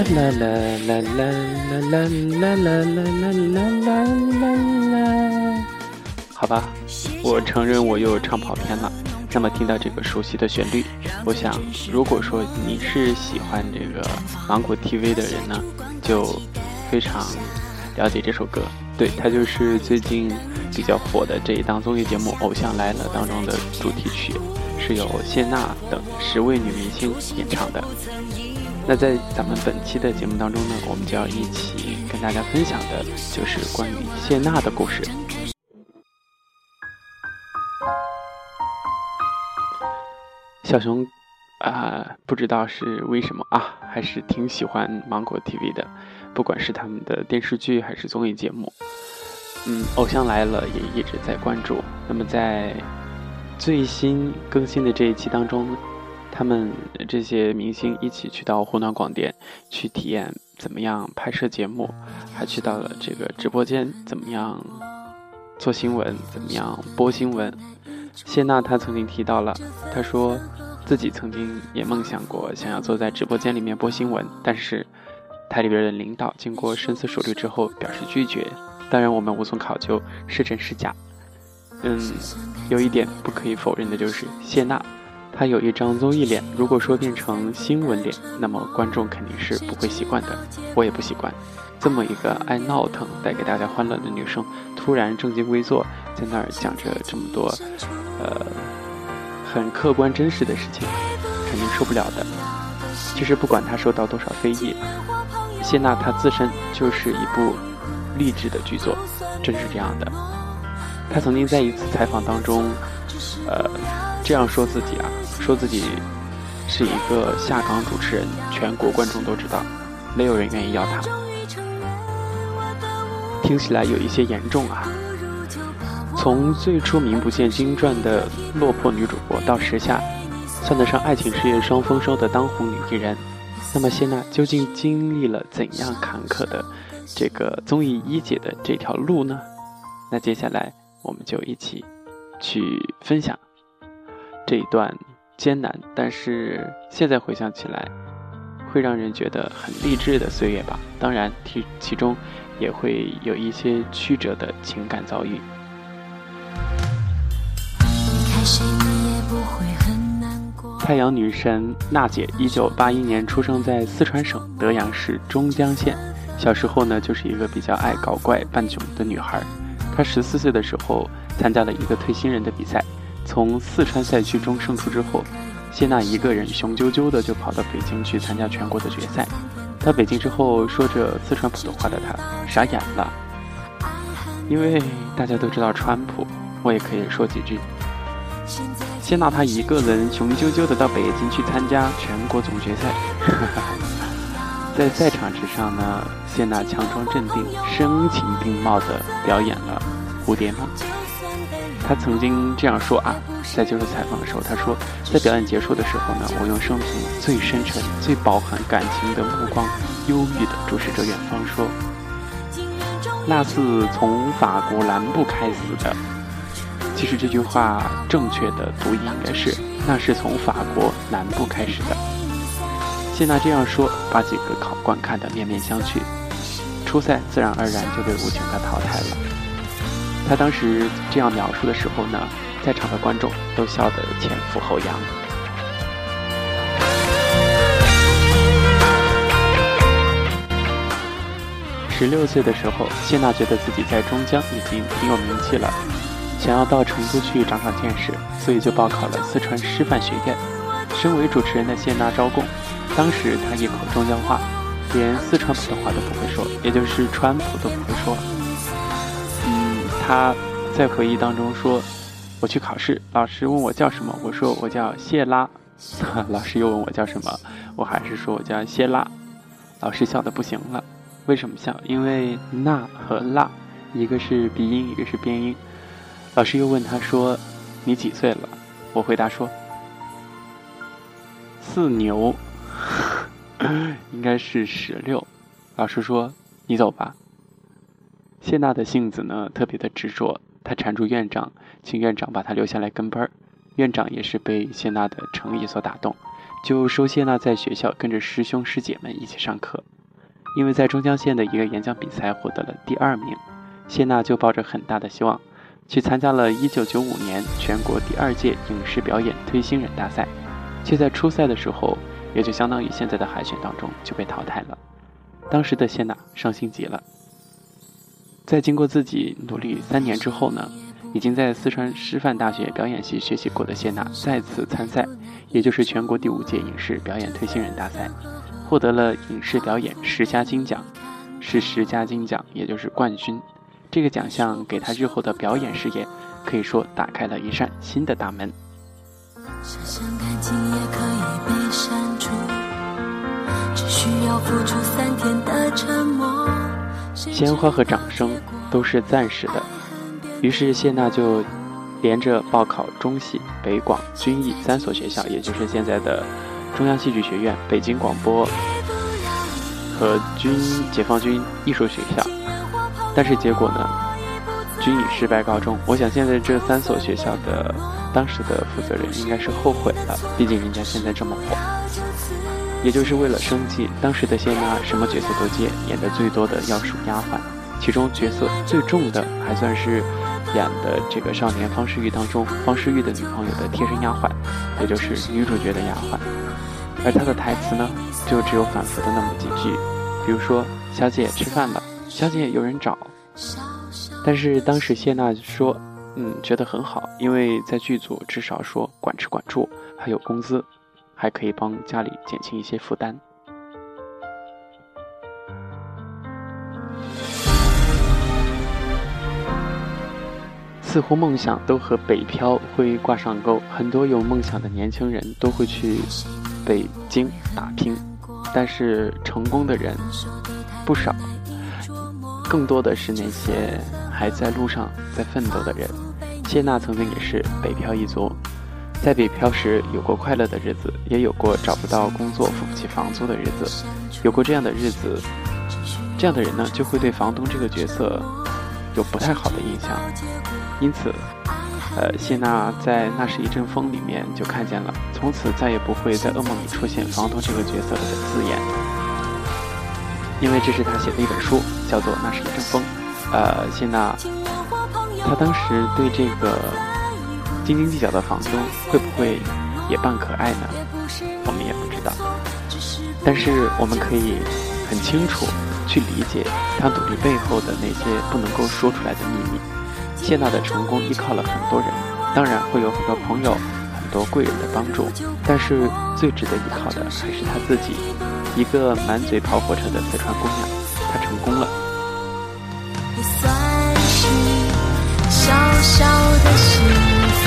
啦啦啦啦啦啦啦啦啦啦。好吧，我承认我又唱跑偏了。那么听到这个熟悉的旋律，我想如果说你是喜欢这个芒果 TV 的人呢，就非常了解这首歌。对，它就是最近比较火的这一档综艺节目《偶像来了》当中的主题曲，是由谢娜等10位女明星演唱的。那在咱们本期的节目当中呢，我们就要一起跟大家分享的就是关于谢娜的故事。小熊不知道是为什么还是挺喜欢芒果 TV 的，不管是他们的电视剧还是综艺节目。偶像来了也一直在关注。那么在最新更新的这一期当中，他们这些明星一起去到湖南广电去体验怎么样拍摄节目，还去到了这个直播间怎么样做新闻，怎么样播新闻。谢娜她曾经提到了，她说自己曾经也梦想过想要坐在直播间里面播新闻，但是台里边的领导经过深思熟虑之后表示拒绝。当然我们无从考究是真是假。有一点不可以否认的就是谢娜她有一张综艺脸，如果说变成新闻脸，那么观众肯定是不会习惯的，我也不习惯。这么一个爱闹腾带给大家欢乐的女生，突然正襟危坐在那儿讲着这么多很客观真实的事情，肯定受不了的。其实不管她受到多少非议，谢娜她自身就是一部励志的剧作，真是这样的。她曾经在一次采访当中这样说自己说自己是一个下岗主持人，全国观众都知道，没有人愿意要她。听起来有一些严重从最初名不见经传的落魄女主播到时下算得上爱情事业双丰收的当红女艺人，那么谢娜究竟经历了怎样坎坷的这个综艺一姐的这条路呢？那接下来我们就一起去分享这一段艰难，但是现在回想起来会让人觉得很励志的岁月吧。当然其中也会有一些曲折的情感遭遇。太阳女神娜姐1981年出生在四川省德阳市中江县，小时候呢就是一个比较爱搞怪扮囧的女孩。她14岁的时候参加了一个推新人的比赛，从四川赛区中胜出之后，谢娜一个人雄赳赳的就跑到北京去参加全国的决赛。到北京之后，说着四川普通话的她傻眼了，因为大家都知道川普，我也可以说几句。谢娜她一个人雄赳赳的到北京去参加全国总决赛在赛场之上呢，谢娜强装镇定，声情并茂的表演了蝴蝶梦。她曾经这样说在接受采访的时候，她说在表演结束的时候呢，我用生平最深沉最饱含感情的目光忧郁的注视着远方，说那是从法国南部开始的。其实这句话正确的读音应该是那是从法国南部开始的。谢娜这样说，把几个考官看得面面相觑，初赛自然而然就被无情的淘汰了。她当时这样描述的时候呢，在场的观众都笑得前俯后仰。16岁的时候，谢娜觉得自己在中江已经挺有名气了，想要到成都去长长见识，所以就报考了四川师范学院。身为主持人的谢娜招供，当时她一口中江话，连四川普通话都不会说，也就是川普都不会说。她在回忆当中说，我去考试，老师问我叫什么，我说我叫谢拉老师又问我叫什么，我还是说我叫谢拉。老师笑得不行了。为什么笑？因为那和辣一个是鼻音，一个是边音。老师又问他说你几岁了？我回答说4牛应该是16。老师说你走吧。谢娜的性子呢特别的执着，她缠住院长，请院长把她留下来跟班。院长也是被谢娜的诚意所打动，就收谢娜在学校跟着师兄师姐们一起上课。 因为在中江县的一个演讲比赛获得了第2名。谢娜就抱着很大的希望去参加了1995年全国第2届影视表演推新人大赛，却在初赛的时候，也就相当于现在的海选当中就被淘汰了。当时的谢娜伤心极了。在经过自己努力3年之后呢，已经在四川师范大学表演系学习过的谢娜再次参赛，也就是全国第5届影视表演推新人大赛，获得了影视表演10佳金奖，是10佳金奖，也就是冠军。这个奖项给他日后的表演事业可以说打开了一扇新的大门。 想想感情也可以被删除，只需要付出3天的沉默。 鲜花和掌声都是暂时的，于是谢娜就连着报考中戏、北广、军艺3所学校，也就是现在的中央戏剧学院、北京广播和解放军艺术学校。但是结果呢，均以失败告终。我想现在这3所学校的当时的负责人应该是后悔了，毕竟人家现在这么火。也就是为了生计，当时的谢娜什么角色都接，演的最多的要数丫鬟，其中角色最重的还算是演的这个少年方世玉当中方世玉的女朋友的贴身丫鬟，也就是女主角的丫鬟。而她的台词呢，就只有反复的那么几句，比如说小姐吃饭了，小姐有人找。但是当时谢娜说觉得很好，因为在剧组至少说管吃管住，还有工资，还可以帮家里减轻一些负担。似乎梦想都和北漂会挂上钩，很多有梦想的年轻人都会去北京打拼，但是成功的人不少，更多的是那些还在路上在奋斗的人。谢娜曾经也是北漂一族，在北漂时有过快乐的日子，也有过找不到工作付不起房租的日子。有过这样的日子，这样的人呢，就会对房东这个角色有不太好的印象。因此谢娜在《那是一阵风》里面就看见了，从此再也不会在噩梦里出现房东这个角色的字眼，因为这是他写的一本书，叫做《那是一阵风》。谢娜她当时对这个斤斤计较的房东会不会也扮可爱呢？我们也不知道，但是我们可以很清楚去理解他努力背后的那些不能够说出来的秘密。谢娜的成功依靠了很多人，当然会有很多朋友、很多贵人的帮助，但是最值得依靠的还是她自己，一个满嘴跑火车的四川姑娘，她成功了。 也算是小小的幸福。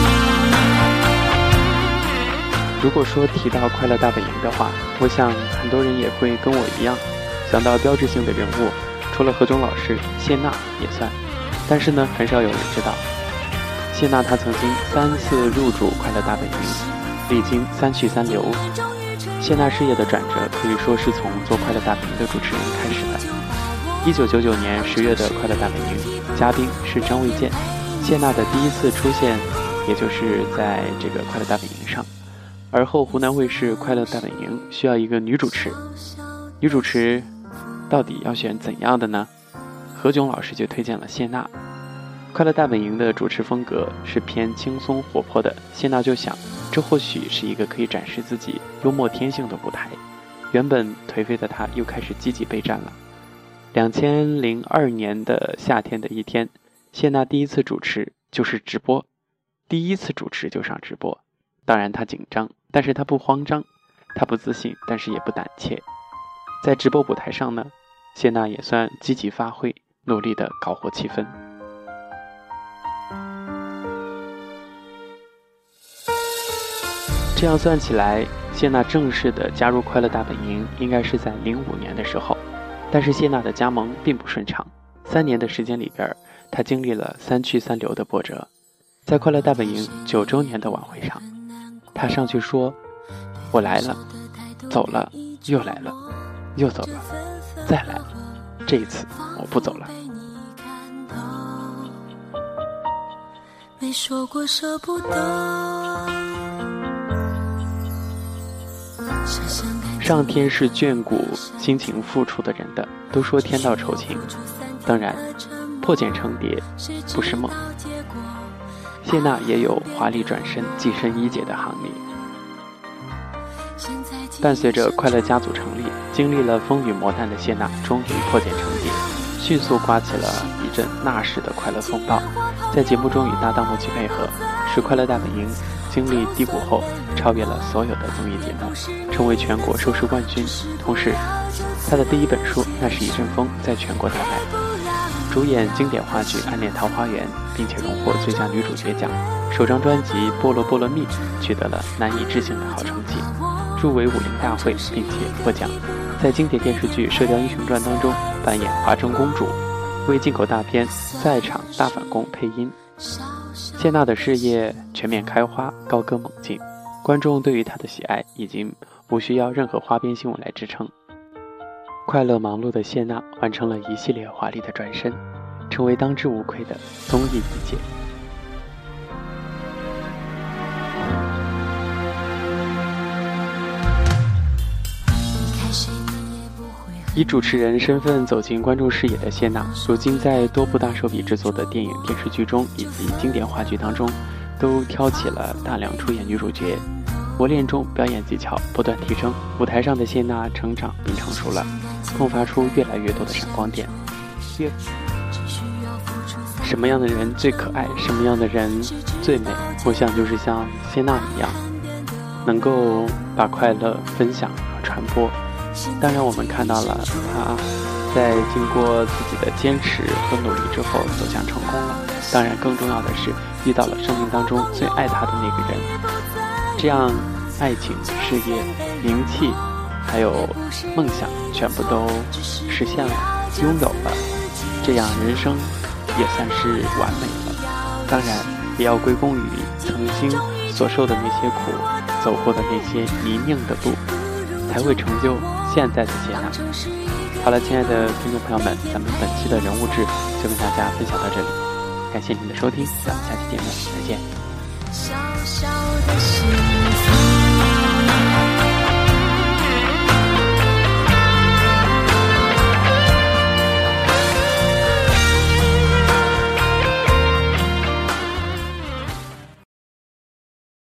如果说提到快乐大本营的话，我想很多人也会跟我一样想到标志性的人物，除了何炅老师，谢娜也算。但是呢，很少有人知道，谢娜她曾经3次入主快乐大本营，历经3去3留。谢娜事业的转折可以说是从做快乐大本营的主持人开始的。1999年10月的快乐大本营，嘉宾是张卫健。谢娜的第1次出现，也就是在这个快乐大本营上。而后湖南卫视快乐大本营需要一个女主持，女主持到底要选怎样的呢？何炅老师就推荐了谢娜。快乐大本营的主持风格是偏轻松活泼的，谢娜就想，这或许是一个可以展示自己幽默天性的舞台。原本颓废的她又开始积极备战了。2002年的夏天的一天，谢娜第1次主持就是直播，第1次主持就上直播。当然她紧张，但是她不慌张，她不自信，但是也不胆怯。在直播舞台上呢，谢娜也算积极发挥，努力地搞活气氛。这样算起来，谢娜正式的加入快乐大本营应该是在05年的时候。但是谢娜的加盟并不顺畅，3年的时间里边，她经历了3去3留的波折。在快乐大本营9周年的晚会上，她上去说，我来了，走了，又来了，又走了，再来，这一次我不走了。 没说过舍不得。 上天是眷顾辛勤付出的人的，都说天道酬勤，当然破茧成蝶不是梦。谢娜也有华丽转身跻身一姐的行列。伴随着快乐家族成立，经历了风雨磨难的谢娜终于破茧成蝶，迅速刮起了一阵那时的快乐风暴。在节目中与搭档默契配合，使快乐大本营经历低谷后超越了所有的综艺节目，成为全国收视冠军。同时她的第一本书《那是一阵风》在全国大卖，主演经典话剧《暗恋桃花源》，并且荣获最佳女主角奖。首张专辑《菠萝菠萝蜜》取得了难以置信的好成绩，入围50大会并且获奖。在经典电视剧《射雕英雄传》当中扮演华筝公主，为进口大片《在场大反攻》配音。谢娜的事业全面开花，高歌猛进，观众对于她的喜爱已经无需要任何花边新闻来支撑。快乐忙碌的谢娜完成了一系列华丽的转身，成为当之无愧的综艺一姐。以主持人身份走进观众视野的谢娜，如今在多部大手笔制作的电影、电视剧中以及经典话剧当中，都挑起了大量出演女主角。磨练中表演技巧不断提升，舞台上的谢娜成长并成熟了，迸发出越来越多的闪光点。什么样的人最可爱，什么样的人最美，我想就是像谢娜一样，能够把快乐分享和传播。当然我们看到了她在经过自己的坚持和努力之后走向成功了，当然更重要的是遇到了生命当中最爱她的那个人，这样爱情、事业、名气还有梦想全部都实现了，拥有了，这样人生也算是完美了。当然也要归功于曾经所受的那些苦，走过的那些泥泞的路，才会成就现在的谢娜。好了，亲爱的听众朋友们，咱们本期的人物志就跟大家分享到这里，感谢您的收听，咱们下期节目再见。小小的心